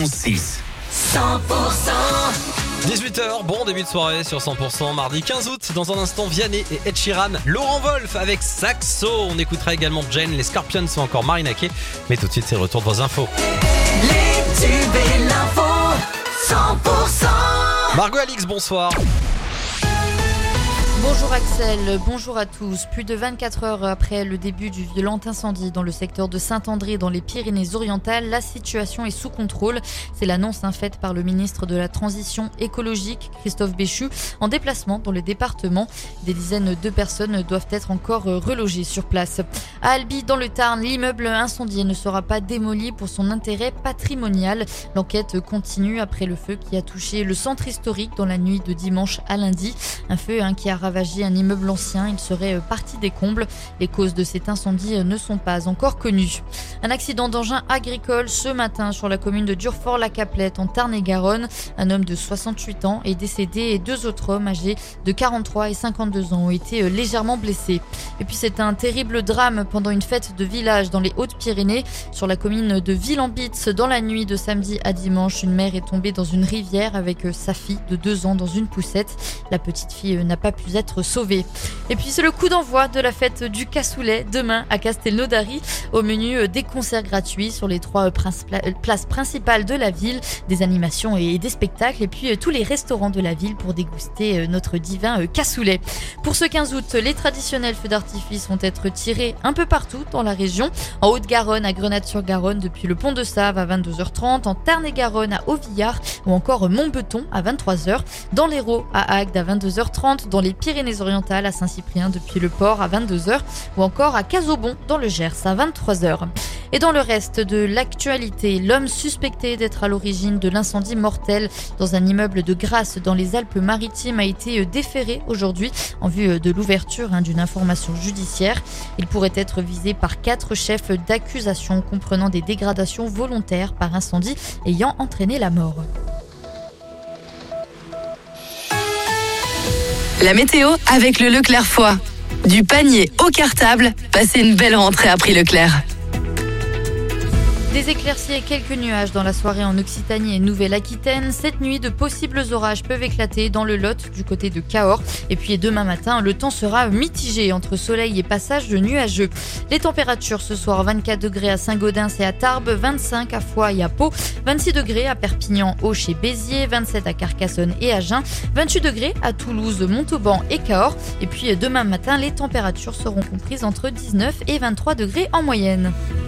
6. 18h, bon début de soirée sur 100%, mardi 15 août. Dans un instant, Vianney et Ed Sheeran, Laurent Wolf avec Saxo. On écoutera également Jane, les Scorpions ou encore Marina Kaye. Mais tout de suite, c'est le retour de vos infos. Les tubes et l'info, 100%. Margot Alix, bonsoir. Bonjour Axel, bonjour à tous. Plus de 24 heures après le début du violent incendie dans le secteur de Saint-André dans les Pyrénées-Orientales, la situation est sous contrôle. C'est l'annonce faite par le ministre de la Transition écologique, Christophe Béchu, en déplacement dans le département. Des dizaines de personnes doivent être encore relogées sur place. À Albi, dans le Tarn, l'immeuble incendié ne sera pas démoli pour son intérêt patrimonial. L'enquête continue après le feu qui a touché le centre historique dans la nuit de dimanche à lundi. Un feu qui a ravagé un immeuble ancien, il serait parti des combles. Les causes de cet incendie ne sont pas encore connues. Un accident d'engin agricole ce matin sur la commune de Durfort-la-Caplette en Tarn-et-Garonne. Un homme de 68 ans est décédé et deux autres hommes âgés de 43 et 52 ans ont été légèrement blessés. Et puis c'est un terrible drame pendant une fête de village dans les Hautes-Pyrénées. Sur la commune de Ville-en-Bitz, dans la nuit de samedi à dimanche, une mère est tombée dans une rivière avec sa fille de 2 ans dans une poussette. La petite fille n'a pas pu être sauvée. Et puis c'est le coup d'envoi de la fête du cassoulet demain à Castelnaudary. Au menu, des concerts gratuits sur les 3 places principales de la ville, des animations et des spectacles, et puis tous les restaurants de la ville pour déguster notre divin cassoulet. Pour ce 15 août, les traditionnels feux d'artifice vont être tirés un peu partout dans la région. En Haute-Garonne, à Grenade-sur-Garonne, depuis le pont de Save à 22h30, en Tarn-et-Garonne à Hauvillard ou encore Montbeton à 23h, dans l'Hérault à Agde à 22h30, dans les Pyrénées-Orientales à Saint-Cyprien depuis le port à 22h ou encore à Casaubon dans le Gers à 23h. Et dans le reste de l'actualité, l'homme suspecté d'être à l'origine de l'incendie mortel dans un immeuble de Grasse dans les Alpes-Maritimes a été déféré aujourd'hui en vue de l'ouverture d'une information judiciaire. Il pourrait être visé par 4 chefs d'accusation comprenant des dégradations volontaires par incendie ayant entraîné la mort. La météo avec le Leclerc Foix. Du panier au cartable, passez une belle rentrée à prix Leclerc. Des éclaircies et quelques nuages dans la soirée en Occitanie et Nouvelle-Aquitaine. Cette nuit, de possibles orages peuvent éclater dans le Lot du côté de Cahors. Et puis demain matin, le temps sera mitigé entre soleil et passage de nuageux. Les températures ce soir, 24 degrés à Saint-Gaudens et à Tarbes, 25 à Foix et à Pau, 26 degrés à Perpignan, Auch et Béziers, 27 à Carcassonne et Agen, 28 degrés à Toulouse, Montauban et Cahors. Et puis demain matin, les températures seront comprises entre 19 et 23 degrés en moyenne.